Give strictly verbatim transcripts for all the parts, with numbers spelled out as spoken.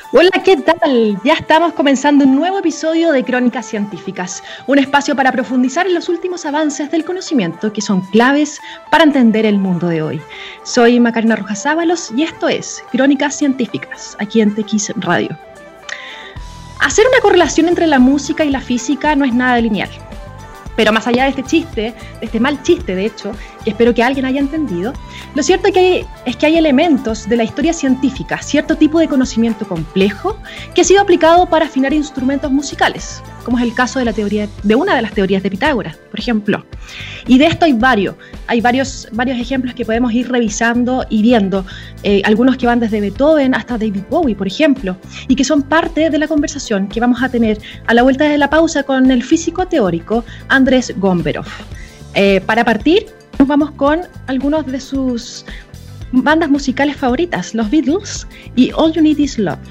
Hola, ¿qué tal? Ya estamos comenzando un nuevo episodio de Crónicas Científicas, un espacio para profundizar en los últimos avances del conocimiento que son claves para entender el mundo de hoy. Soy Macarena Rojas Ábalos y esto es Crónicas Científicas, aquí en T X Radio. Hacer una correlación entre la música y la física no es nada lineal. Pero más allá de este chiste, de este mal chiste de hecho, que espero que alguien haya entendido, lo cierto es que, hay, es que hay elementos de la historia científica, cierto tipo de conocimiento complejo que ha sido aplicado para afinar instrumentos musicales, como es el caso de, la teoría, de una de las teorías de Pitágoras, por ejemplo. Y de esto hay varios, hay varios, varios ejemplos que podemos ir revisando y viendo, eh, algunos que van desde Beethoven hasta David Bowie, por ejemplo, y que son parte de la conversación que vamos a tener a la vuelta de la pausa con el físico teórico Andrés Gomberov. Eh, para partir, nos vamos con algunos de sus bandas musicales favoritas, los Beatles y All You Need Is Love.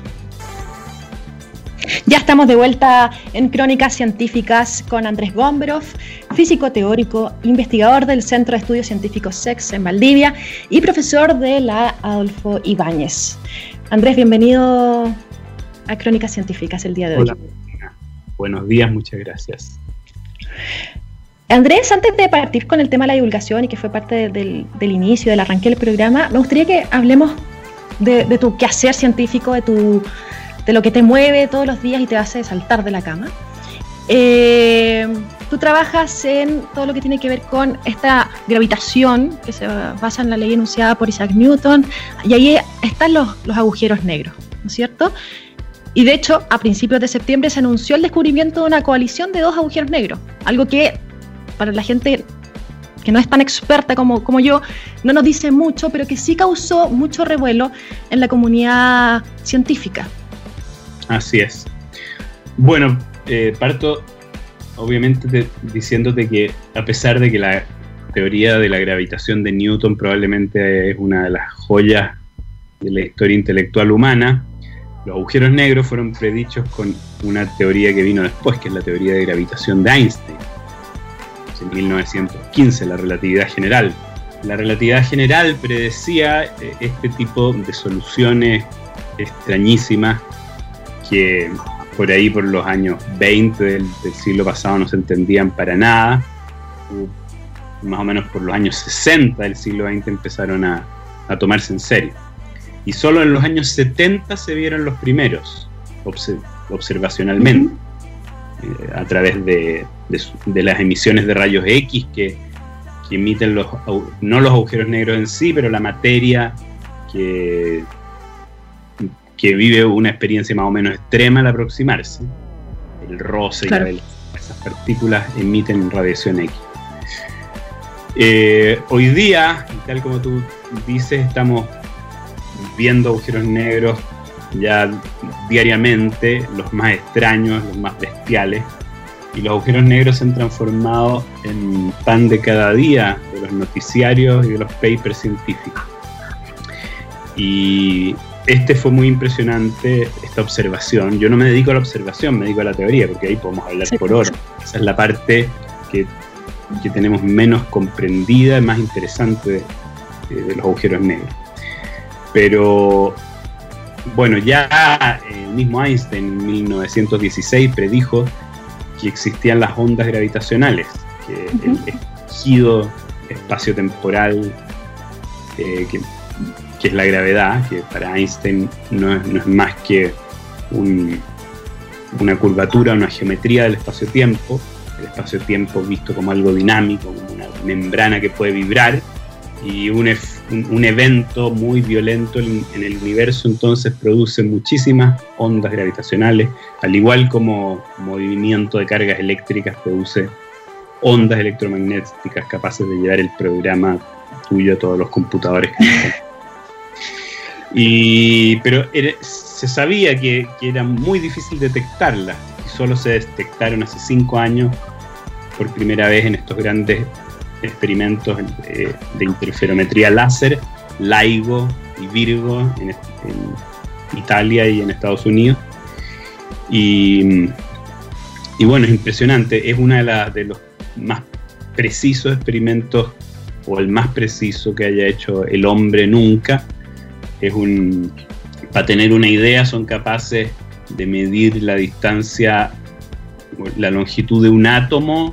Ya estamos de vuelta en Crónicas Científicas con Andrés Gomberov, físico teórico, investigador del Centro de Estudios Científicos C E X en Valdivia y profesor de la Adolfo Ibáñez. Andrés, bienvenido a Crónicas Científicas el día de hoy. Hola, buenos días, muchas gracias. Andrés, antes de partir con el tema de la divulgación y que fue parte de, del, del inicio, del arranque del programa, me gustaría que hablemos de, de tu quehacer científico, de, tu, de lo que te mueve todos los días y te hace saltar de la cama. Eh, tú trabajas en todo lo que tiene que ver con esta gravitación que se basa en la ley enunciada por Isaac Newton, y ahí están los, los agujeros negros, ¿no es cierto? Y de hecho, a principios de septiembre se anunció el descubrimiento de una coalición de dos agujeros negros, algo que para la gente que no es tan experta como, como yo, no nos dice mucho, pero que sí causó mucho revuelo en la comunidad científica. Así es. Bueno, eh, parto obviamente de, diciéndote que a pesar de que la teoría de la gravitación de Newton probablemente es una de las joyas de la historia intelectual humana, los agujeros negros fueron predichos con una teoría que vino después, que es la teoría de gravitación de Einstein. En mil novecientos quince, la relatividad general. La relatividad general predecía eh, este tipo de soluciones extrañísimas que por ahí, por los años veinte del, del siglo pasado, no se entendían para nada. Más o menos por los años sesenta del siglo veinte empezaron a, a tomarse en serio. Y solo en los años setenta se vieron los primeros, observ- observacionalmente. Uh-huh. A través de, de, de las emisiones de rayos X que, que emiten los, no los agujeros negros en sí, pero la materia que, que vive una experiencia más o menos extrema al aproximarse. El roce, claro. Y la, esas partículas emiten radiación X. Eh, hoy día, tal como tú dices, estamos viendo agujeros negros ya diariamente, los más extraños, los más bestiales, y los agujeros negros se han transformado en pan de cada día de los noticiarios y de los papers científicos. Y este fue muy impresionante, esta observación. Yo no me dedico a la observación, me dedico a la teoría, porque ahí podemos hablar sí, por horas. Esa es la parte que, que tenemos menos comprendida, más interesante de, de los agujeros negros. Pero bueno, ya el mismo Einstein en mil novecientos dieciséis predijo que existían las ondas gravitacionales, que uh-huh. el escogido espacio-temporal eh, que, que es la gravedad, que para Einstein no es, no es más que un, una curvatura, una geometría del espacio-tiempo, el espacio-tiempo visto como algo dinámico, como una membrana que puede vibrar, y un, un, un evento muy violento en, en el universo entonces produce muchísimas ondas gravitacionales, al igual como movimiento de cargas eléctricas produce ondas electromagnéticas capaces de llevar el programa tuyo a todos los computadores que están. Y, pero era, se sabía que, que era muy difícil detectarlas, y solo se detectaron hace cinco años por primera vez en estos grandes experimentos de, de interferometría láser, LIGO y Virgo en, en Italia y en Estados Unidos. Y, y bueno, es impresionante, es uno de, la, de los más precisos experimentos, o el más preciso que haya hecho el hombre nunca. Es un para tener una idea, son capaces de medir la distancia, la longitud de un átomo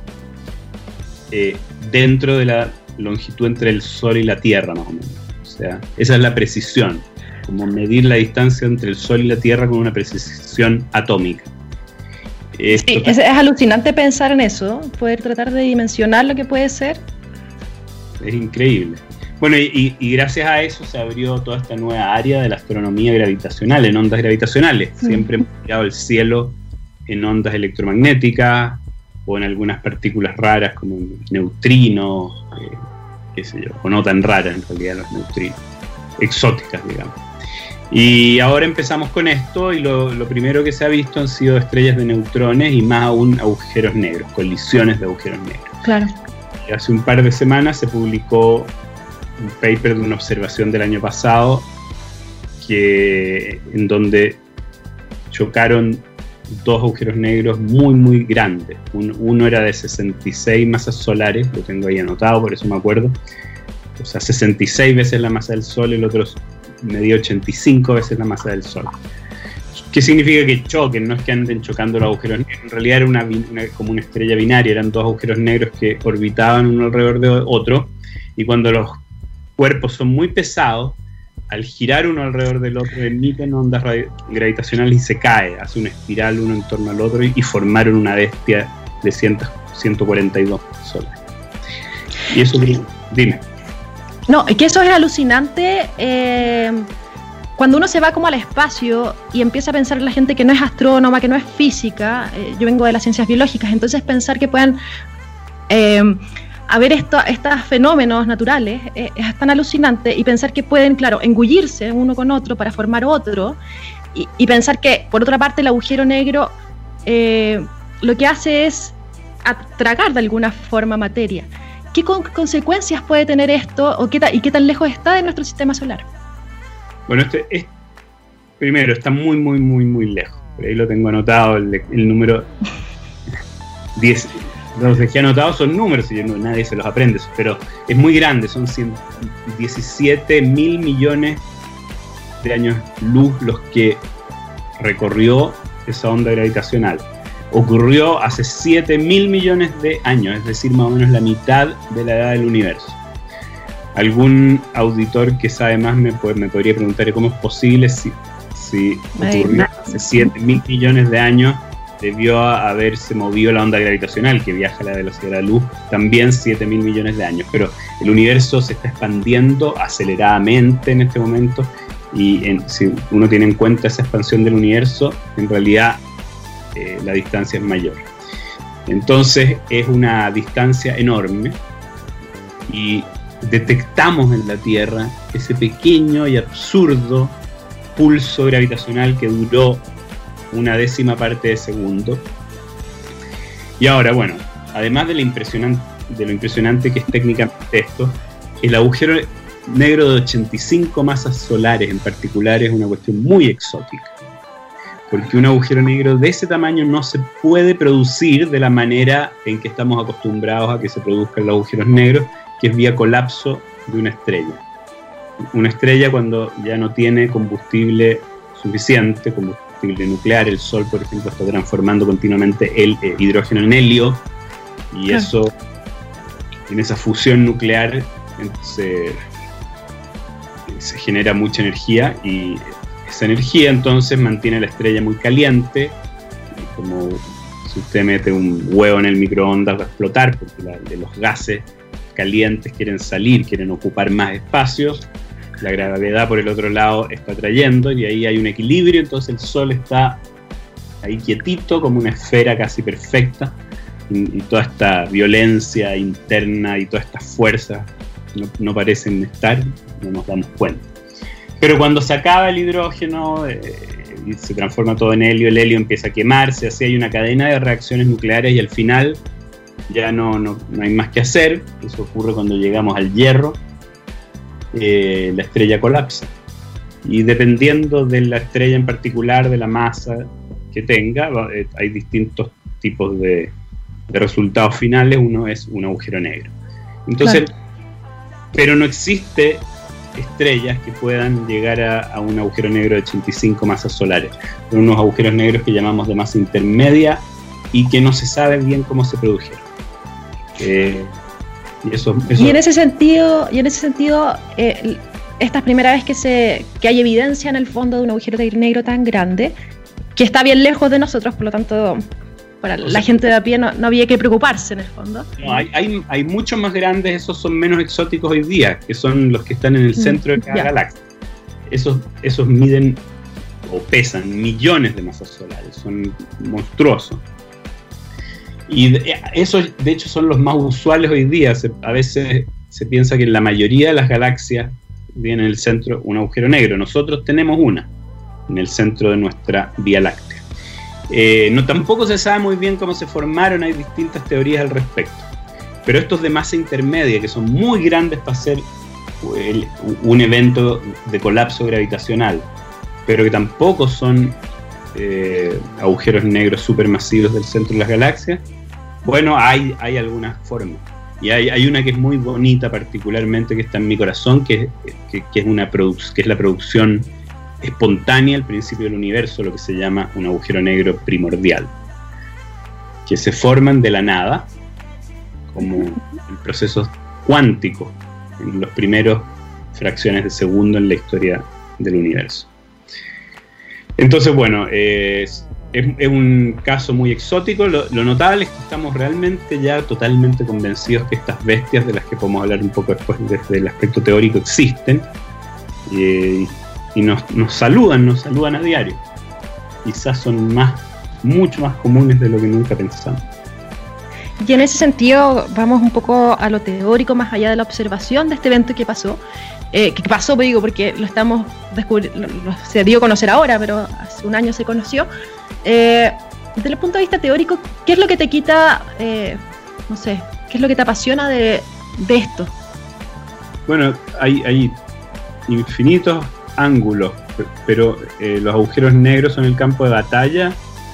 eh, dentro de la longitud entre el Sol y la Tierra, más o menos. O sea, esa es la precisión, como medir la distancia entre el Sol y la Tierra con una precisión atómica. Esto sí, es, es alucinante pensar en eso, poder tratar de dimensionar lo que puede ser. Es increíble. Bueno, y, y gracias a eso se abrió toda esta nueva área de la astronomía gravitacional, en ondas gravitacionales. Siempre hemos mirado el cielo en ondas electromagnéticas o en algunas partículas raras como neutrinos, eh, qué sé yo, o no tan raras en realidad los neutrinos, exóticas, digamos. Y ahora empezamos con esto y lo, lo primero que se ha visto han sido estrellas de neutrones y más aún agujeros negros, colisiones de agujeros negros. Claro. Y hace un par de semanas se publicó un paper de una observación del año pasado que, en donde chocaron dos agujeros negros muy muy grandes. Un, uno era de sesenta y seis masas solares, lo tengo ahí anotado, por eso me acuerdo. O sea, sesenta y seis veces la masa del Sol, el otro medía ochenta y cinco veces la masa del Sol. ¿Qué significa que choquen? No es que anden chocando los agujeros negros, en realidad era una, una, como una estrella binaria, eran dos agujeros negros que orbitaban uno alrededor de otro, y cuando los cuerpos son muy pesados, al girar uno alrededor del otro emiten ondas gravitacionales y se cae, hace una espiral uno en torno al otro y, y formaron una bestia de ciento cuarenta y dos soles. Y eso, dime. No, es que eso es alucinante. Eh, cuando uno se va como al espacio y empieza a pensar en la gente que no es astrónoma, que no es física, eh, yo vengo de las ciencias biológicas, entonces pensar que puedan eh, haber esto, estos fenómenos naturales eh, es tan alucinante, y pensar que pueden, claro, engullirse uno con otro para formar otro, y, y pensar que, por otra parte, el agujero negro eh, lo que hace es tragar de alguna forma materia. ¿Qué con consecuencias puede tener esto o qué ta y qué tan lejos está de nuestro sistema solar? Bueno, este es, primero, está muy, muy, muy, muy lejos. Por ahí lo tengo anotado, el, el número diez. Los dejé anotados, son números y no, nadie se los aprende, pero es muy grande, son diecisiete mil millones de años luz los que recorrió esa onda gravitacional. Ocurrió hace siete mil millones de años, es decir, más o menos la mitad de la edad del universo. Algún auditor que sabe más me, pues, me podría preguntar cómo es posible si, si ocurrió hace siete mil millones de años, debió haberse movido la onda gravitacional que viaja a la velocidad de la luz también siete mil millones de años. Pero el universo se está expandiendo aceleradamente en este momento y en, si uno tiene en cuenta esa expansión del universo, en realidad Eh, la distancia es mayor. Entonces es una distancia enorme y detectamos en la Tierra ese pequeño y absurdo pulso gravitacional que duró una décima parte de segundo. Y ahora, bueno, además de lo impresionante, de lo impresionante que es técnicamente esto, el agujero negro de ochenta y cinco masas solares en particular es una cuestión muy exótica, porque un agujero negro de ese tamaño no se puede producir de la manera en que estamos acostumbrados a que se produzcan los agujeros negros, que es vía colapso de una estrella. Una estrella, cuando ya no tiene combustible suficiente, combustible nuclear, el Sol, por ejemplo, está transformando continuamente el eh, hidrógeno en helio, y claro, eso, en esa fusión nuclear se, se genera mucha energía, y esa energía entonces mantiene la estrella muy caliente, y como si usted mete un huevo en el microondas va a explotar, porque la, de los gases calientes quieren salir, quieren ocupar más espacios, la gravedad por el otro lado está trayendo, y ahí hay un equilibrio, entonces el Sol está ahí quietito, como una esfera casi perfecta, y, y toda esta violencia interna y todas estas fuerzas no, no parecen estar, no nos damos cuenta. Pero cuando se acaba el hidrógeno eh, y se transforma todo en helio, el helio empieza a quemarse, así hay una cadena de reacciones nucleares y al final ya no, no, no hay más que hacer. Eso ocurre cuando llegamos al hierro, eh, la estrella colapsa. Y dependiendo de la estrella en particular, de la masa que tenga, eh, hay distintos tipos de, de resultados finales. Uno es un agujero negro. Entonces, claro, pero no existe estrellas que puedan llegar a, a un agujero negro de ochenta y cinco masas solares. Son unos agujeros negros que llamamos de masa intermedia y que no se sabe bien cómo se produjeron. Eh, y, eso, eso... y en ese sentido, y en ese sentido eh, esta es primera vez que, se, que hay evidencia en el fondo de un agujero negro tan grande, que está bien lejos de nosotros, por lo tanto, para la gente de a pie no, no había que preocuparse en el fondo. No, hay, hay, hay muchos más grandes, esos son menos exóticos hoy día, que son los que están en el centro de cada yeah. galaxia. Esos, esos miden o pesan millones de masas solares, son monstruosos. Y de, esos, de hecho, son los más usuales hoy día. Se, a veces se piensa que en la mayoría de las galaxias tiene en el centro un agujero negro. Nosotros tenemos una en el centro de nuestra Vía Láctea. Eh, no, tampoco se sabe muy bien cómo se formaron, hay distintas teorías al respecto. Pero estos de masa intermedia, que son muy grandes para ser el, un evento de colapso gravitacional, pero que tampoco son eh, agujeros negros supermasivos del centro de las galaxias, bueno, hay, hay algunas formas. Y hay, hay una que es muy bonita particularmente, que está en mi corazón, que, que, que, es, una produ- que es la producción espontánea al principio del universo, lo que se llama un agujero negro primordial, que se forman de la nada, como en procesos cuánticos, en los primeros fracciones de segundo en la historia del universo. Entonces, bueno, eh, es, es un caso muy exótico. Lo, lo notable es que estamos realmente ya totalmente convencidos que estas bestias, de las que podemos hablar un poco después desde el aspecto teórico, existen, y, y nos, nos saludan, nos saludan a diario. Quizás son más, mucho más comunes de lo que nunca pensamos. Y en ese sentido vamos un poco a lo teórico, más allá de la observación de este evento que pasó. Eh, que pasó, digo, porque lo estamos descubriendo, se dio a conocer ahora, pero hace un año se conoció. Eh, desde el punto de vista teórico, ¿qué es lo que te quita, eh, no sé, qué es lo que te apasiona de, de esto? Bueno, hay, hay infinitos ángulos, pero eh, los agujeros negros son el campo de batalla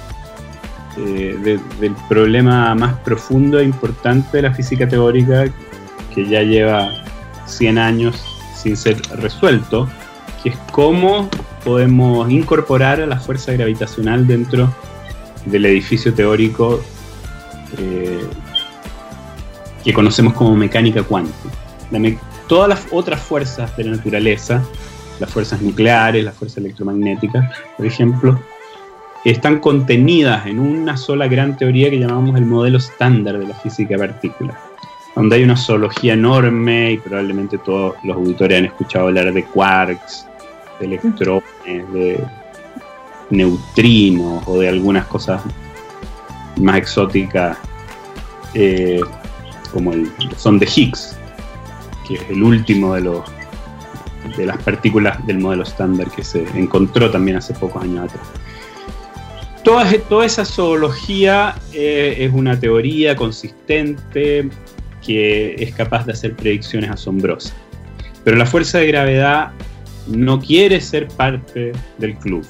eh, de, del problema más profundo e importante de la física teórica, que ya lleva cien años sin ser resuelto, que es cómo podemos incorporar a la fuerza gravitacional dentro del edificio teórico eh, que conocemos como mecánica cuántica. La me- todas las otras fuerzas de la naturaleza, las fuerzas nucleares, las fuerzas electromagnéticas, por ejemplo, están contenidas en una sola gran teoría que llamamos el modelo estándar de la física de partículas, donde hay una zoología enorme, y probablemente todos los auditores han escuchado hablar de quarks, de electrones, de neutrinos o de algunas cosas más exóticas, eh, como el son de Higgs, que es el último de los de las partículas del modelo estándar que se encontró también hace pocos años atrás. Toda, toda esa zoología eh, es una teoría consistente que es capaz de hacer predicciones asombrosas. Pero la fuerza de gravedad no quiere ser parte del club.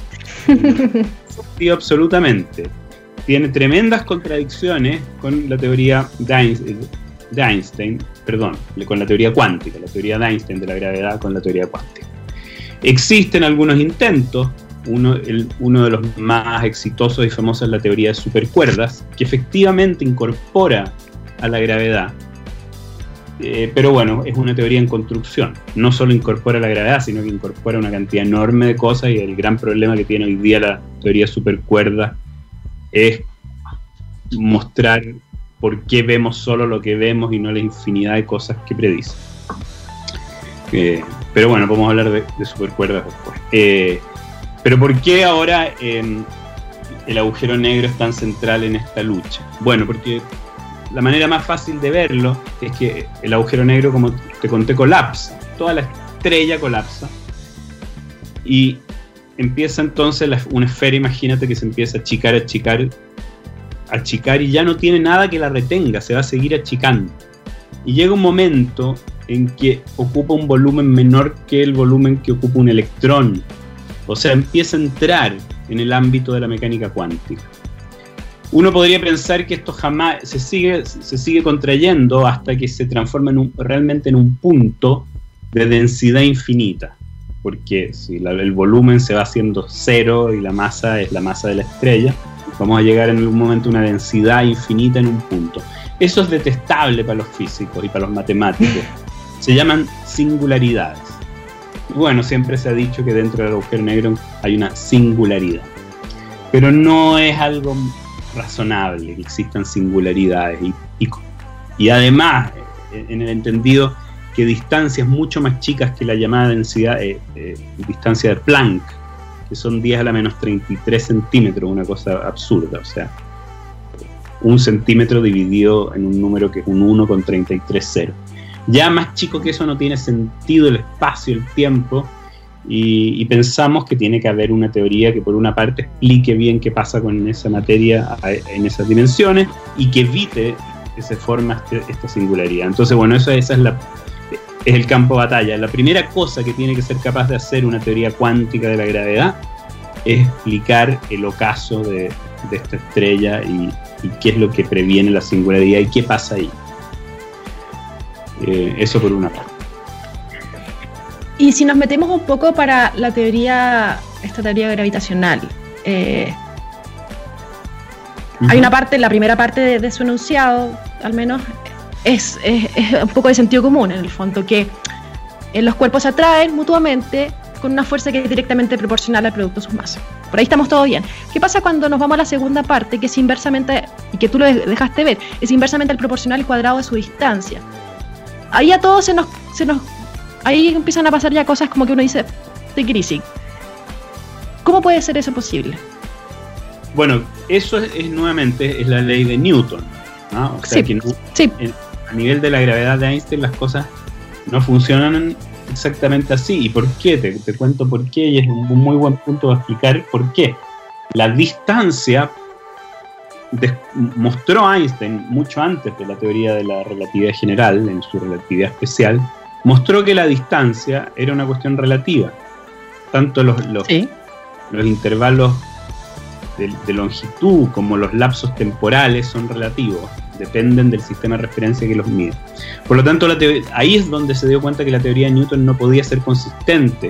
Sí, absolutamente. Tiene tremendas contradicciones con la teoría de Einstein, de Einstein, perdón, con la teoría cuántica, la teoría de Einstein de la gravedad con la teoría cuántica. Existen algunos intentos, uno, el, uno de los más exitosos y famosos es la teoría de supercuerdas, que efectivamente incorpora a la gravedad, eh, pero bueno, es una teoría en construcción. No solo incorpora la gravedad, sino que incorpora una cantidad enorme de cosas, y el gran problema que tiene hoy día la teoría de supercuerdas es mostrar por qué vemos solo lo que vemos y no la infinidad de cosas que predice. Eh, pero bueno, podemos hablar de, de supercuerdas después. Eh, pero ¿por qué ahora eh, el agujero negro es tan central en esta lucha? Bueno, porque la manera más fácil de verlo es que el agujero negro, como te conté, colapsa. Toda la estrella colapsa. Y empieza entonces la, una esfera, imagínate, que se empieza a achicar, achicar, achicar, y ya no tiene nada que la retenga, se va a seguir achicando. Y llega un momento en que ocupa un volumen menor que el volumen que ocupa un electrón. O sea, empieza a entrar en el ámbito de la mecánica cuántica. Uno podría pensar que esto jamás se sigue, se sigue contrayendo hasta que se transforma en un, realmente en un punto de densidad infinita, porque si la, el volumen se va haciendo cero y la masa es la masa de la estrella, vamos a llegar en algún momento a una densidad infinita en un punto. Eso es detestable para los físicos y para los matemáticos. Se llaman singularidades. Bueno, siempre se ha dicho que dentro del agujero negro hay una singularidad, pero no es algo razonable que existan singularidades y, y, y además en el entendido que distancias mucho más chicas que la llamada densidad eh, eh, distancia de Planck, que son diez a la menos treinta y tres centímetros, una cosa absurda, o sea, un centímetro dividido en un número que es un uno con treinta y tres ceros. Ya más chico que eso no tiene sentido el espacio, el tiempo, y, y pensamos que tiene que haber una teoría que por una parte explique bien qué pasa con esa materia en esas dimensiones y que evite que se forme este, esta singularidad. Entonces, bueno, eso, esa es, la, es el campo de batalla. La primera cosa que tiene que ser capaz de hacer una teoría cuántica de la gravedad es explicar el ocaso de, de esta estrella y, y qué es lo que previene la singularidad y qué pasa ahí. Eh, eso por una parte. Y si nos metemos un poco para la teoría, esta teoría gravitacional, eh, uh-huh. hay una parte, la primera parte de, de su enunciado, al menos, es, es, es un poco de sentido común, en el fondo, que eh, los cuerpos se atraen mutuamente con una fuerza que es directamente proporcional al producto de sus masas. Por ahí estamos todos bien. ¿Qué pasa cuando nos vamos a la segunda parte, que es inversamente, y que tú lo dejaste ver, es inversamente al proporcional al cuadrado de su distancia? Ahí a todos se nos, se nos... Ahí empiezan a pasar ya cosas como que uno dice, de crisis. ¿Cómo puede ser eso posible? Bueno, eso es, es nuevamente es la ley de Newton, ¿no? O sea, sí, que no, sí. en, a nivel de la gravedad de Einstein las cosas no funcionan exactamente así. ¿Y por qué? Te, te cuento por qué, y es un muy buen punto de explicar por qué. La distancia de, mostró Einstein mucho antes de la teoría de la relatividad general, en su relatividad especial, mostró que la distancia era una cuestión relativa. Tanto los, los, sí. los intervalos de, de longitud como los lapsos temporales son relativos, dependen del sistema de referencia que los mide. Por lo tanto, la ahí es donde se dio cuenta que la teoría de Newton no podía ser consistente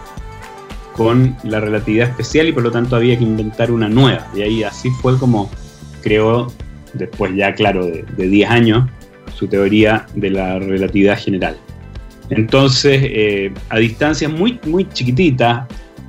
con la relatividad especial y por lo tanto había que inventar una nueva. Y ahí así fue como creó, después ya claro de, de diez años, su teoría de la relatividad general. Entonces, eh, a distancias muy, muy chiquititas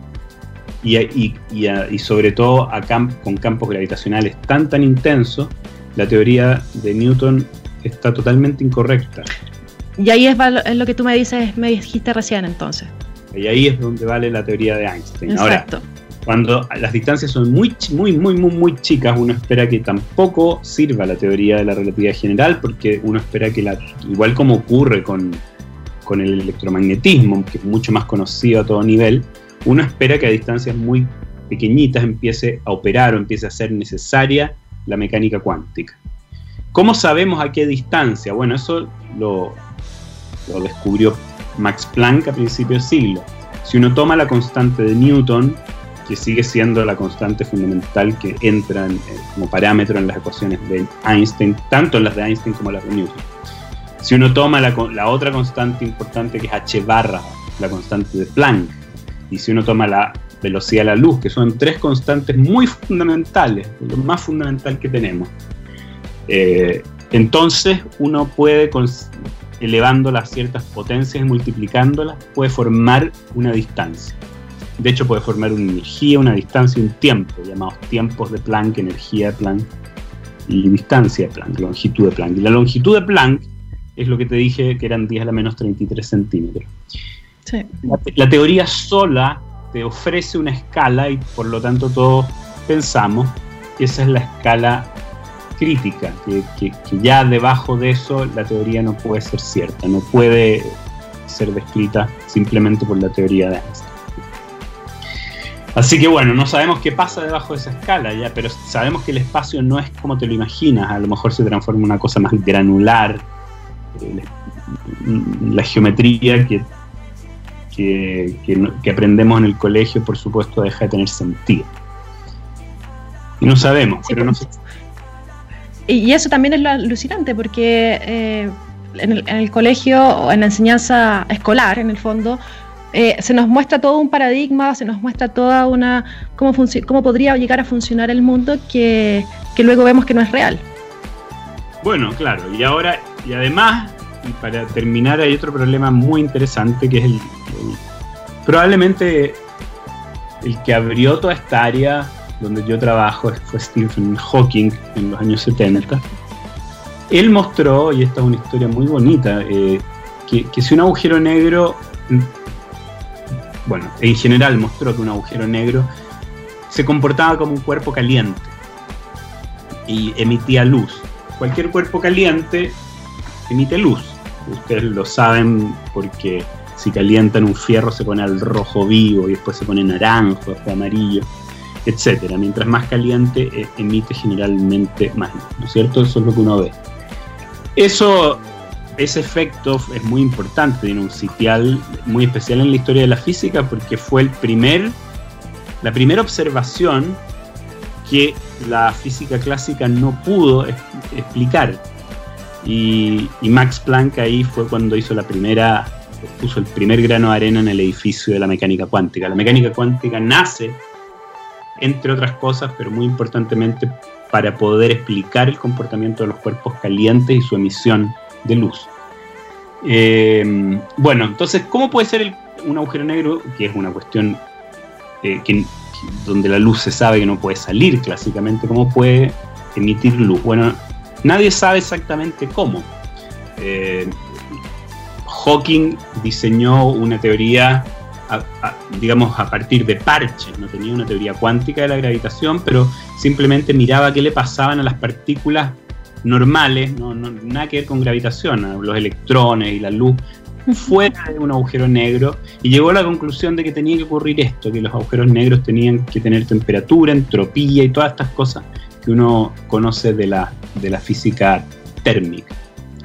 y, y, y, a, y sobre todo a camp con campos gravitacionales tan tan intensos, la teoría de Newton está totalmente incorrecta. Y ahí es, es lo que tú me dices, me dijiste recién entonces. Y ahí es donde vale la teoría de Einstein. Exacto. Ahora, cuando las distancias son muy, muy, muy, muy, muy chicas, uno espera que tampoco sirva la teoría de la relatividad general, porque uno espera que, la, igual como ocurre con, con el electromagnetismo, que es mucho más conocido a todo nivel, uno espera que a distancias muy pequeñitas empiece a operar o empiece a ser necesaria la mecánica cuántica. ¿Cómo sabemos a qué distancia? Bueno, eso lo, lo descubrió Max Planck a principios del siglo. Si uno toma la constante de Newton, que sigue siendo la constante fundamental que entra en, eh, como parámetro en las ecuaciones de Einstein, tanto en las de Einstein como en las de Newton. Si uno toma la, la otra constante importante que es h barra, la constante de Planck, y si uno toma la velocidad de la luz, que son tres constantes muy fundamentales, lo más fundamental que tenemos, eh, entonces uno puede, elevándolas a ciertas potencias y multiplicándolas, puede formar una distancia. De hecho, puede formar una energía, una distancia y un tiempo, llamados tiempos de Planck, energía de Planck y distancia de Planck, longitud de Planck. Y la longitud de Planck es lo que te dije que eran diez a la menos treinta y tres centímetros. Sí. La, la teoría sola te ofrece una escala y por lo tanto todos pensamos que esa es la escala crítica, que, que, que ya debajo de eso la teoría no puede ser cierta, no puede ser descrita simplemente por la teoría de Einstein. Así que bueno, no sabemos qué pasa debajo de esa escala ya, pero sabemos que el espacio no es como te lo imaginas, a lo mejor se transforma en una cosa más granular, eh, la geometría que, que, que, que aprendemos en el colegio, por supuesto, deja de tener sentido. Y no sabemos, sí, pero no sé. Y eso también es lo alucinante, porque eh, en el, en el colegio o en la enseñanza escolar, en el fondo, eh, se nos muestra todo un paradigma, se nos muestra toda una cómo, func- cómo podría llegar a funcionar el mundo que, que luego vemos que no es real. Bueno, claro, y ahora, y además, y para terminar, hay otro problema muy interesante que es el, el probablemente el que abrió toda esta área donde yo trabajo fue Stephen Hawking en los años setenta. Él mostró, y esta es una historia muy bonita, eh, que, que si un agujero negro, bueno, en general mostró que un agujero negro se comportaba como un cuerpo caliente y emitía luz. Cualquier cuerpo caliente emite luz. Ustedes lo saben porque si calientan un fierro se pone al rojo vivo y después se pone naranjo, después amarillo, etcétera. Mientras más caliente, eh, emite generalmente más luz, ¿no es cierto? Eso es lo que uno ve. Eso, ese efecto es muy importante, tiene un sitial muy especial en la historia de la física porque fue el primer, la primera observación que la física clásica no pudo es, explicar. Y, y Max Planck ahí fue cuando hizo la primera, puso el primer grano de arena en el edificio de la mecánica cuántica. La mecánica cuántica nace, entre otras cosas, pero muy importantemente para poder explicar el comportamiento de los cuerpos calientes y su emisión de luz. Eh, bueno, entonces, ¿cómo puede ser el, un agujero negro? Que es una cuestión eh, que, que, donde la luz se sabe que no puede salir clásicamente. ¿Cómo puede emitir luz? Bueno, nadie sabe exactamente cómo. Eh, Hawking diseñó una teoría, a, a, digamos, a partir de parches. No tenía una teoría cuántica de la gravitación, pero simplemente miraba qué le pasaban a las partículas normales, no, no, nada que ver con gravitación, a los electrones y la luz, fuera de un agujero negro, y llegó a la conclusión de que tenía que ocurrir esto, que los agujeros negros tenían que tener temperatura, entropía y todas estas cosas que uno conoce de la, de la física térmica.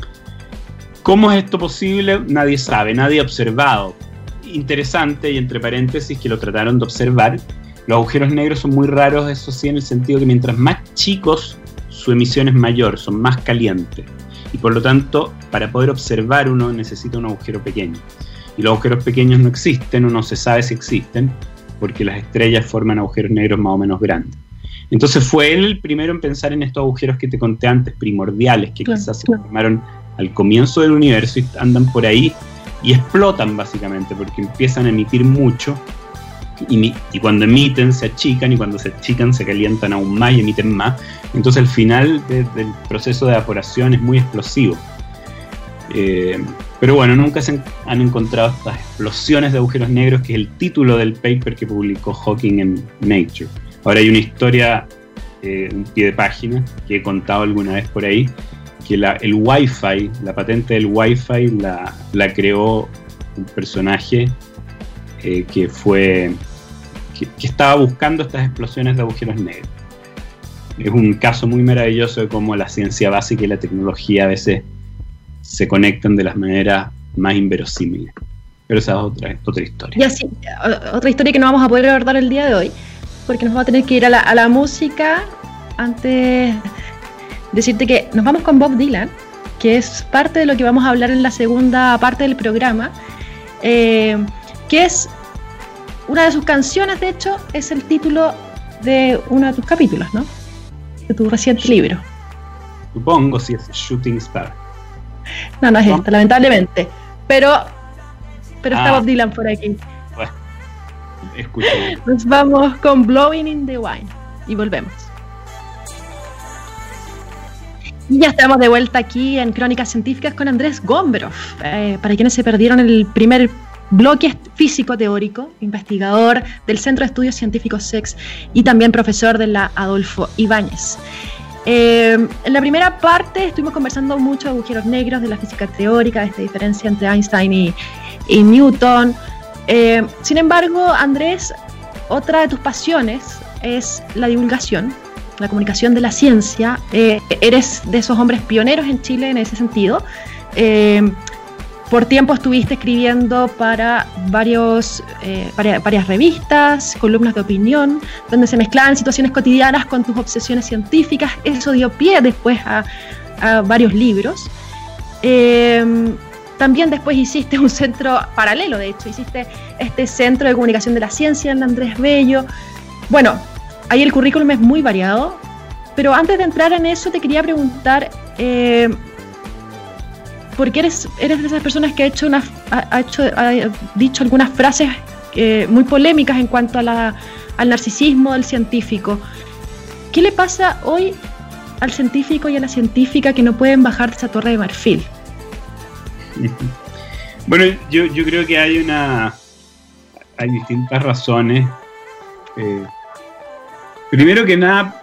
¿Cómo es esto posible? Nadie sabe, nadie ha observado. Interesante, y entre paréntesis, que lo trataron de observar. Los agujeros negros son muy raros, eso sí, en el sentido que mientras más chicos, su emisión es mayor, son más calientes. Y por lo tanto, para poder observar uno necesita un agujero pequeño. Y los agujeros pequeños no existen, o no se sabe si existen, porque las estrellas forman agujeros negros más o menos grandes. Entonces fue él el primero en pensar en estos agujeros que te conté antes, primordiales, que claro, quizás claro. se formaron al comienzo del universo y andan por ahí y explotan básicamente, porque empiezan a emitir mucho, y, y cuando emiten se achican, y cuando se achican se calientan aún más y emiten más. Entonces el final de, del proceso de evaporación es muy explosivo. Eh, pero bueno, nunca se han encontrado estas explosiones de agujeros negros, que es el título del paper que publicó Hawking en Nature. Ahora hay una historia, eh, un pie de página, que he contado alguna vez por ahí, que la, el Wi-Fi, la patente del Wi-Fi la, la creó un personaje eh, que fue que, que estaba buscando estas explosiones de agujeros negros. Es un caso muy maravilloso de cómo la ciencia básica y la tecnología a veces se conectan de las maneras más inverosímiles. Pero esa es otra, otra historia. Y así, otra historia que no vamos a poder abordar el día de hoy, porque nos vamos a tener que ir a la, a la música. Antes decirte que nos vamos con Bob Dylan, que es parte de lo que vamos a hablar en la segunda parte del programa, eh, que es una de sus canciones, de hecho, es el título de uno de tus capítulos, ¿no? De tu reciente libro. Supongo, si es Shooting Star. No, no es ¿No? esta, lamentablemente. Pero, pero ah. está Bob Dylan por aquí. Bueno, escucho. Nos vamos con Blowing in the Wind y volvemos. Y ya estamos de vuelta aquí en Crónicas Científicas con Andrés Gombrov. Eh, para quienes se perdieron el primer bloque físico teórico, investigador del Centro de Estudios Científicos C E X y también profesor de la Adolfo Ibáñez. Eh, en la primera parte estuvimos conversando mucho de agujeros negros, de la física teórica, de esta diferencia entre Einstein y, y Newton. Eh, sin embargo, Andrés, otra de tus pasiones es la divulgación, la comunicación de la ciencia. Eh, eres de esos hombres pioneros en Chile en ese sentido. Eh, por tiempo estuviste escribiendo para varios, eh, varias, varias revistas, columnas de opinión, donde se mezclaban situaciones cotidianas con tus obsesiones científicas. Eso dio pie después a, a varios libros. Eh, también después hiciste un centro paralelo, de hecho, hiciste este Centro de Comunicación de la Ciencia en Andrés Bello. Bueno, ahí el currículum es muy variado, pero antes de entrar en eso te quería preguntar, eh, porque eres, eres de esas personas que ha, hecho una, ha, ha, hecho, ha dicho algunas frases eh, muy polémicas en cuanto a la, al narcisismo del científico. ¿Qué le pasa hoy al científico y a la científica que no pueden bajar de esa torre de marfil? Bueno, yo, yo creo que hay una hay distintas razones. Eh, primero que nada,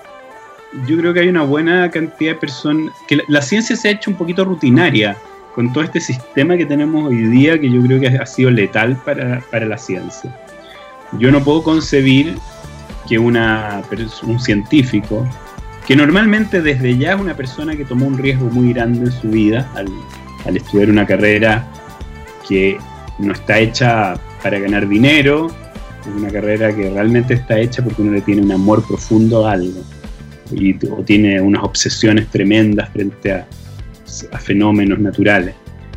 yo creo que hay una buena cantidad de personas, que la, la ciencia se ha hecho un poquito rutinaria con todo este sistema que tenemos hoy día, que yo creo que ha sido letal para, para la ciencia. Yo no puedo concebir que una, un científico, que normalmente desde ya es una persona que tomó un riesgo muy grande en su vida al al estudiar una carrera que no está hecha para ganar dinero, es una carrera que realmente está hecha porque uno le tiene un amor profundo a algo y, o tiene unas obsesiones tremendas frente a, a fenómenos naturales.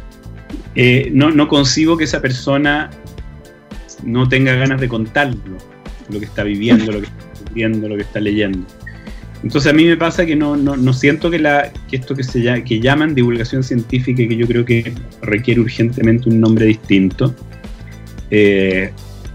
Eh, no, no concibo que esa persona no tenga ganas de contarlo, lo que está viviendo, lo que está viendo, lo que está leyendo. Entonces a mí me pasa que no, no, no siento que, la, que esto que, se llama, que llaman divulgación científica, y que yo creo que requiere urgentemente un nombre distinto, eh,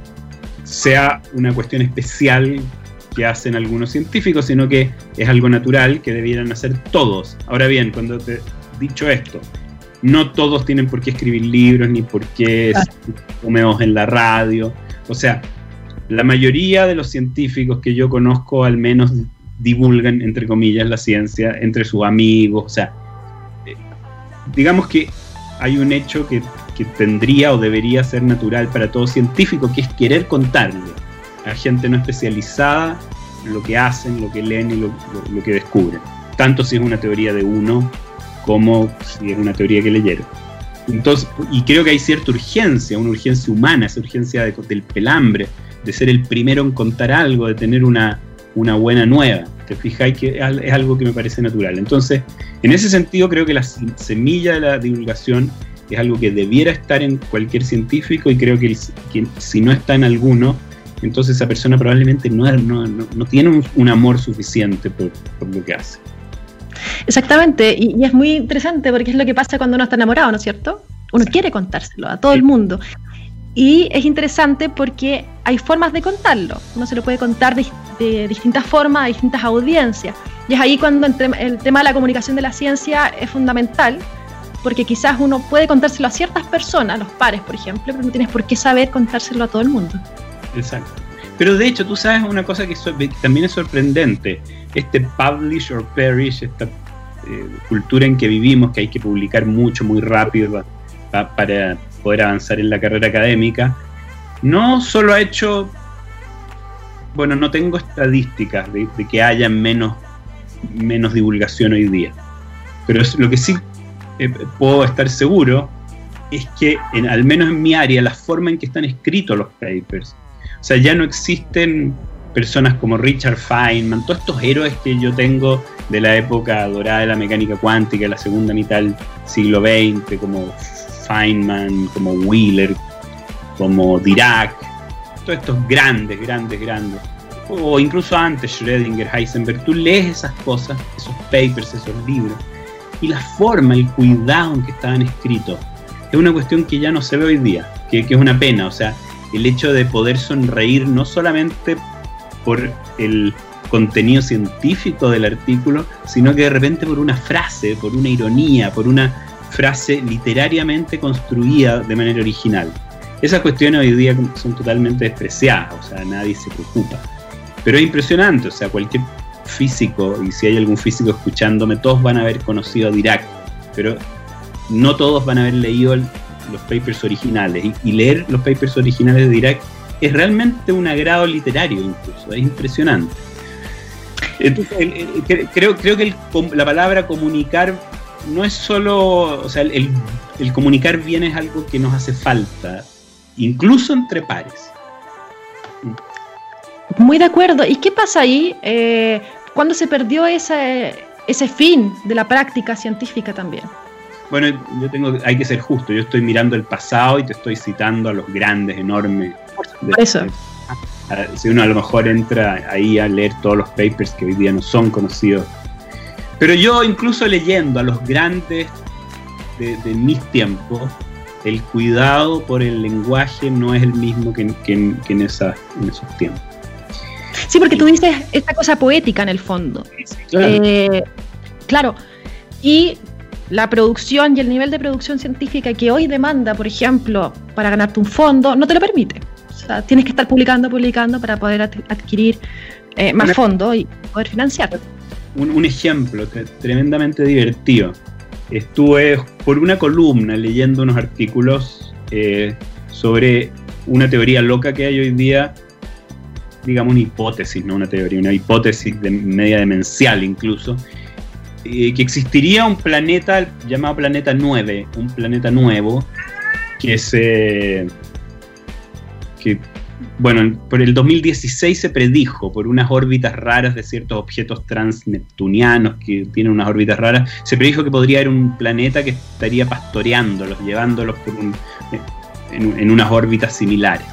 sea una cuestión especial que hacen algunos científicos, sino que es algo natural que debieran hacer todos. Ahora bien, cuando te dicho esto, no todos tienen por qué escribir libros, ni por qué comeos en la radio. O sea, la mayoría de los científicos que yo conozco al menos divulgan, entre comillas, la ciencia entre sus amigos. O sea, eh, digamos que hay un hecho que, que tendría o debería ser natural para todo científico, que es querer contarle a gente no especializada lo que hacen, lo que leen y lo, lo, lo que descubren, tanto si es una teoría de uno como si es una teoría que leyeron. Entonces, y creo que hay cierta urgencia, una urgencia humana, esa urgencia de, del pelambre, de ser el primero en contar algo, de tener una una buena nueva. Te fijáis que es algo que me parece natural. Entonces, en ese sentido, creo que la semilla de la divulgación es algo que debiera estar en cualquier científico, y creo que, el, que si no está en alguno, entonces esa persona probablemente no, no, no, no tiene un, un amor suficiente por, por lo que hace. Exactamente, y, y es muy interesante porque es lo que pasa cuando uno está enamorado, ¿no es cierto? Uno sí. quiere contárselo a todo sí. el mundo. Y es interesante porque hay formas de contarlo. Uno se lo puede contar de, de distintas formas a distintas audiencias. Y es ahí cuando el tema, el tema de la comunicación de la ciencia es fundamental, porque quizás uno puede contárselo a ciertas personas, los pares, por ejemplo, pero no tienes por qué saber contárselo a todo el mundo. Exacto. Pero de hecho, tú sabes una cosa que, so, que también es sorprendente. Este publish or perish, esta eh, cultura en que vivimos, que hay que publicar mucho, muy rápido pa, pa, para poder avanzar en la carrera académica, no solo ha hecho, bueno, no tengo estadísticas de, de que haya menos, menos divulgación hoy día, pero es, lo que sí eh, puedo estar seguro es que, en, al menos en mi área, la forma en que están escritos los papers, o sea, ya no existen personas como Richard Feynman, todos estos héroes que yo tengo de la época dorada de la mecánica cuántica, la segunda mitad del siglo veinte, como Feynman, como Wheeler, como Dirac, todos estos grandes, grandes, grandes, o incluso antes Schrödinger, Heisenberg. Tú lees esas cosas, esos papers, esos libros, y la forma, el cuidado en que estaban escritos, es una cuestión que ya no se ve hoy día, que, que es una pena. O sea, el hecho de poder sonreír no solamente por el contenido científico del artículo, sino que de repente por una frase, por una ironía, por una frase literariamente construida de manera original. Esas cuestiones hoy día son totalmente despreciadas, o sea, nadie se preocupa. Pero es impresionante, o sea, cualquier físico, y si hay algún físico escuchándome, todos van a haber conocido a Dirac, pero no todos van a haber leído el, los papers originales, y, y leer los papers originales de Dirac es realmente un agrado literario, incluso, es impresionante. Entonces, el, el, creo, creo que el, la palabra comunicar no es solo, o sea, el, el comunicar bien es algo que nos hace falta, incluso entre pares. Muy de acuerdo. ¿Y qué pasa ahí eh, cuando se perdió ese, ese fin de la práctica científica también? Bueno, yo tengo, hay que ser justo, yo estoy mirando el pasado y te estoy citando a los grandes, enormes. Por eso. De, a, si uno a lo mejor entra ahí a leer todos los papers que hoy día no son conocidos. Pero yo incluso leyendo a los grandes de, de mis tiempos, el cuidado por el lenguaje no es el mismo que, que, que en, esa, en esos tiempos. Sí, porque tú dices esta cosa poética en el fondo. Sí, claro. Eh, claro. Y la producción y el nivel de producción científica que hoy demanda, por ejemplo, para ganarte un fondo, no te lo permite. O sea, tienes que estar publicando, publicando para poder adquirir eh, más fondos y poder financiar. Un, un ejemplo t- tremendamente divertido. Estuve por una columna leyendo unos artículos eh, sobre una teoría loca que hay hoy día, digamos una hipótesis, no una teoría, una hipótesis de media demencial incluso, eh, que existiría un planeta llamado Planeta nueve, un planeta nuevo que se... que bueno, por el dos mil dieciséis se predijo, por unas órbitas raras de ciertos objetos transneptunianos que tienen unas órbitas raras, se predijo que podría haber un planeta que estaría pastoreándolos, llevándolos por un, en, en unas órbitas similares.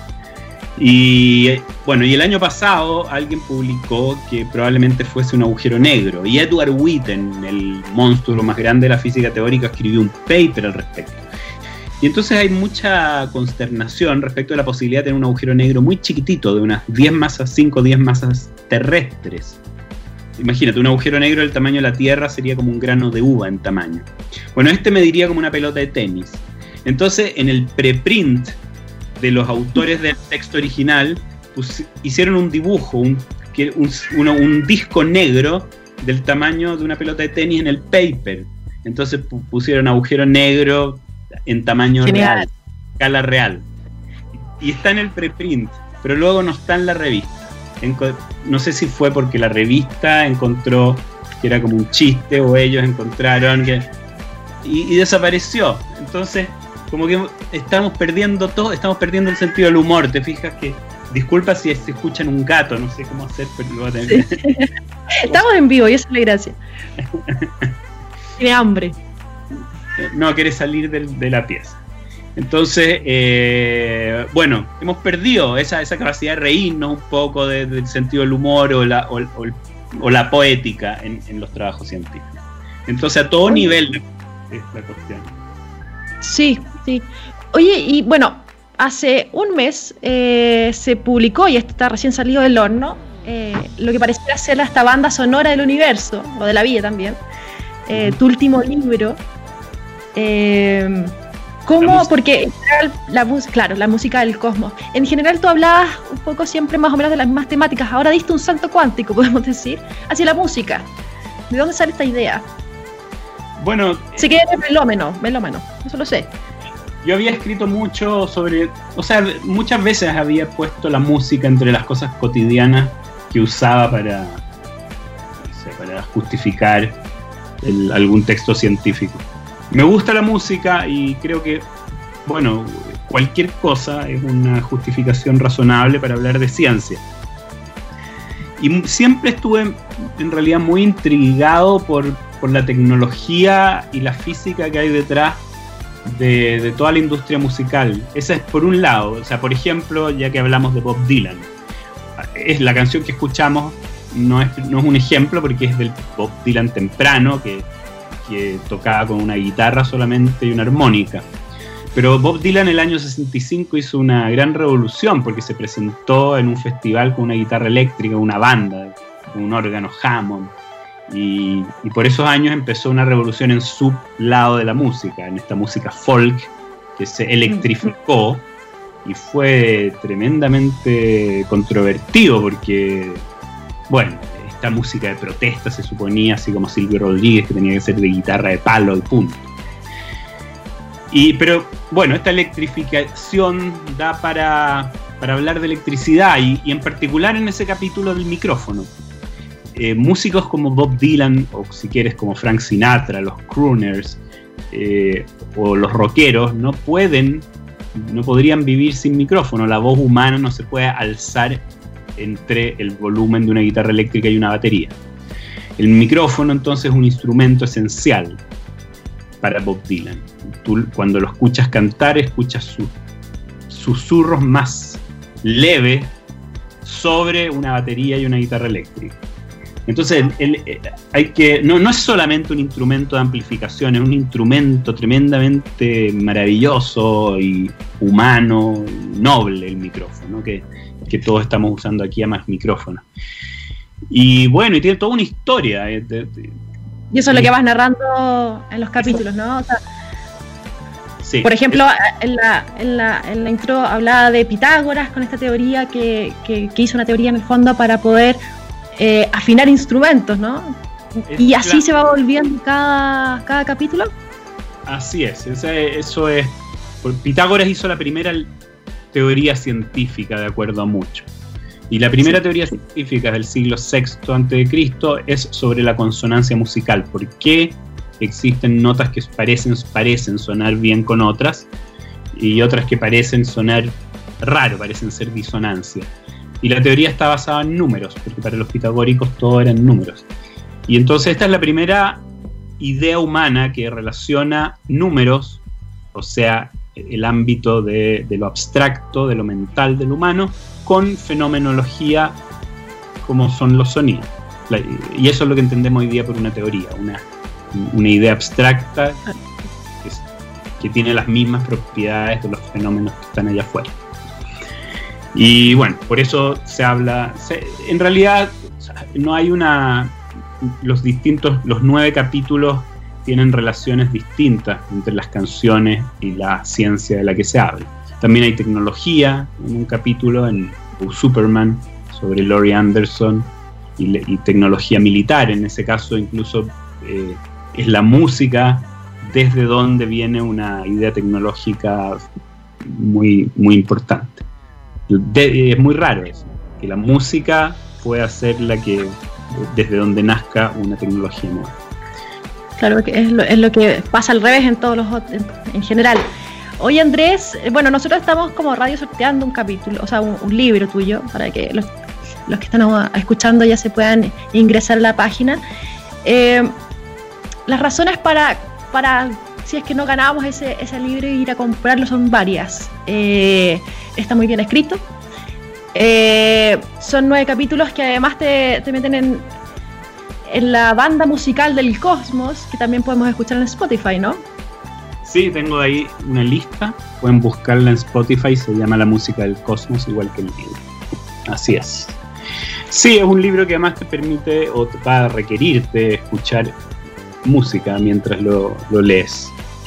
Y bueno, y el año pasado alguien publicó que probablemente fuese un agujero negro, y Edward Witten, el monstruo más grande de la física teórica, escribió un paper al respecto. Y entonces hay mucha consternación respecto a la posibilidad de tener un agujero negro muy chiquitito, de unas diez masas, cinco o diez masas terrestres. Imagínate, un agujero negro del tamaño de la Tierra sería como un grano de uva en tamaño. Bueno, este mediría como una pelota de tenis. Entonces, en el preprint de los autores del texto original, pues, hicieron un dibujo, un, un, un, un disco negro del tamaño de una pelota de tenis en el paper. Entonces pusieron agujero negro en tamaño Genial. real, escala real. Y está en el preprint, pero luego no está en la revista. Enco- no sé si fue porque la revista encontró que era como un chiste o ellos encontraron que... Y, y desapareció. Entonces, como que estamos perdiendo todo, estamos perdiendo el sentido del humor. Te fijas que... Disculpa si se escuchan un gato, no sé cómo hacer, pero lo voy a tener. Sí. Estamos en vivo y esa es la gracia. Tiene hambre. No quiere salir de, de la pieza. Entonces, eh, bueno, hemos perdido esa, esa capacidad de reírnos un poco de, del sentido del humor o la, o, o, o la poética en, en los trabajos científicos. Entonces, a todo Oye. nivel es la cuestión. Sí, sí. Oye, y bueno, hace un mes eh, se publicó, y esto está recién salido del horno, eh, lo que pareciera ser esta banda sonora del universo, o de la vida también, eh, uh-huh. tu último libro. Eh, ¿Cómo? Porque en general, la música, claro, la música del cosmos. En general tú hablabas un poco siempre más o menos de las mismas temáticas. Ahora diste un salto cuántico, podemos decir, hacia la música. ¿De dónde sale esta idea? Bueno, sé que eres melómeno, melómeno, eso lo sé. Yo había escrito mucho sobre, o sea, muchas veces había puesto la música entre las cosas cotidianas que usaba para, no sé, para justificar el, algún texto científico. Me gusta la música y creo que, bueno, cualquier cosa es una justificación razonable para hablar de ciencia. Y siempre estuve en realidad muy intrigado por, por la tecnología y la física que hay detrás de, de toda la industria musical. Esa es por un lado. O sea, por ejemplo, ya que hablamos de Bob Dylan, es la canción que escuchamos, no es, no es un ejemplo porque es del Bob Dylan temprano, que que tocaba con una guitarra solamente y una armónica. Pero Bob Dylan en el año sesenta y cinco hizo una gran revolución porque se presentó en un festival con una guitarra eléctrica, una banda, con un órgano Hammond, y, y por esos años empezó una revolución en su lado de la música, en esta música folk que se electrificó y fue tremendamente controvertido porque, bueno, esta música de protesta se suponía, así como Silvio Rodríguez, que tenía que ser de guitarra de palo y punto. Y, pero bueno, esta electrificación da para, para hablar de electricidad y, y en particular en ese capítulo del micrófono. Eh, músicos como Bob Dylan, o si quieres como Frank Sinatra, los crooners eh, o los rockeros no pueden, no podrían vivir sin micrófono. La voz humana no se puede alzar entre el volumen de una guitarra eléctrica y una batería. El micrófono entonces es un instrumento esencial. para Bob Dylan. Tú cuando lo escuchas cantar, escuchas sus susurros más leves sobre una batería y una guitarra eléctrica. Entonces, el, el, hay que, no, no es solamente un instrumento de amplificación, es un instrumento tremendamente maravilloso y humano, y noble el micrófono, ¿no? que, que todos estamos usando aquí a más micrófonos. Y bueno, y tiene toda una historia. De, de, y eso es lo que vas narrando en los capítulos, ¿no? O sea, sí, por ejemplo, es, en, la, en, la, en la intro hablaba de Pitágoras con esta teoría que, que, que hizo una teoría en el fondo para poder eh, afinar instrumentos, ¿no? Y así claro. se va volviendo cada, cada capítulo. Así es, ese, eso es. Pitágoras hizo la primera teoría científica de acuerdo a mucho. Y la primera sí. teoría científica del siglo sexto antes de Cristo es sobre la consonancia musical. ¿Por qué existen notas que parecen, parecen sonar bien con otras y otras que parecen sonar raro, parecen ser disonancia? Y la teoría está basada en números, porque para los pitagóricos todo eran números. Y entonces esta es la primera idea humana que relaciona números, o sea, el ámbito de, de lo abstracto, de lo mental del humano, con fenomenología como son los sonidos. La, y eso es lo que entendemos hoy día por una teoría, una, una idea abstracta que, es, que tiene las mismas propiedades de los fenómenos que están allá afuera. Y bueno, por eso se habla, se, en realidad no hay una, los distintos, los nueve capítulos tienen relaciones distintas entre las canciones y la ciencia de la que se habla. También hay tecnología en un capítulo, en Superman, sobre Laurie Anderson, y, y tecnología militar. En ese caso incluso eh, es la música desde donde viene una idea tecnológica muy, muy importante. De, es muy raro eso, que la música pueda ser la que, desde donde nazca una tecnología nueva. Claro, que es lo, es lo que pasa al revés en todos los en, en general. Oye, Andrés, bueno, nosotros estamos como radio sorteando un capítulo, o sea, un, un libro tuyo, para que los, los que están escuchando ya se puedan ingresar a la página. Eh, las razones para, para, si es que no ganábamos ese, ese libro y ir a comprarlo son varias. Eh, está muy bien escrito. Eh, son nueve capítulos que además te, te meten en, en la banda musical del Cosmos, que también podemos escuchar en Spotify, ¿no? Sí, tengo ahí una lista, pueden buscarla en Spotify, se llama La Música del Cosmos, igual que el libro. Así es. Sí, es un libro que además te permite o te va a requerirte escuchar música mientras lo, lo lees.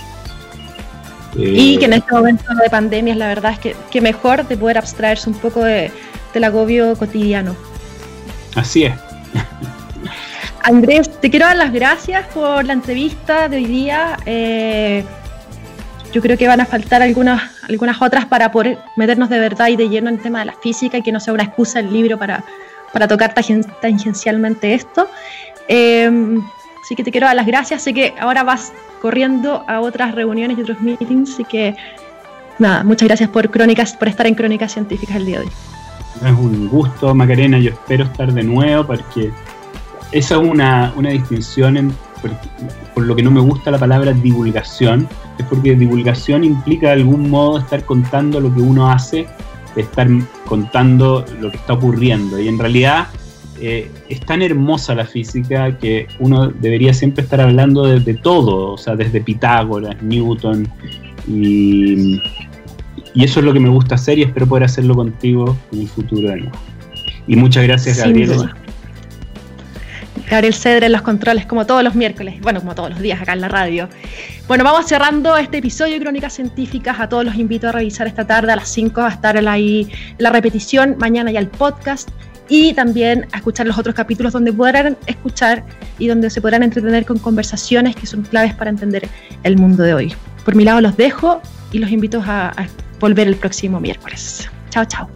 Y que en este momento de pandemia, la verdad es que, que mejor de poder abstraerse un poco de, del agobio cotidiano. Así es. Andrés, te quiero dar las gracias por la entrevista de hoy día. Eh, yo creo que van a faltar algunas, algunas otras para poder meternos de verdad y de lleno en el tema de la física y que no sea una excusa el libro para, para tocar tangencialmente esto. Eh, así que te quiero dar las gracias. Sé que ahora vas corriendo a otras reuniones y otros meetings, así que nada, muchas gracias por Crónicas, por estar en Crónicas Científicas el día de hoy. Es un gusto, Macarena, yo espero estar de nuevo porque esa es una, una distinción en, por, por lo que no me gusta la palabra divulgación, es porque divulgación implica de algún modo estar contando lo que uno hace, estar contando lo que está ocurriendo, y en realidad Eh, es tan hermosa la física que uno debería siempre estar hablando de, de todo, o sea, desde Pitágoras, Newton, y, y eso es lo que me gusta hacer y espero poder hacerlo contigo en el futuro de nuevo. Y muchas gracias, Gabriel. Gabriel Cedre en los controles, como todos los miércoles, bueno, como todos los días acá en la radio. Bueno, vamos cerrando este episodio de Crónicas Científicas. A todos los invito a revisar esta tarde a las cinco, a estar ahí la repetición, mañana ya el podcast, y también a escuchar los otros capítulos donde podrán escuchar y donde se podrán entretener con conversaciones que son claves para entender el mundo de hoy. Por mi lado los dejo y los invito a, a volver el próximo miércoles. Chao, chao.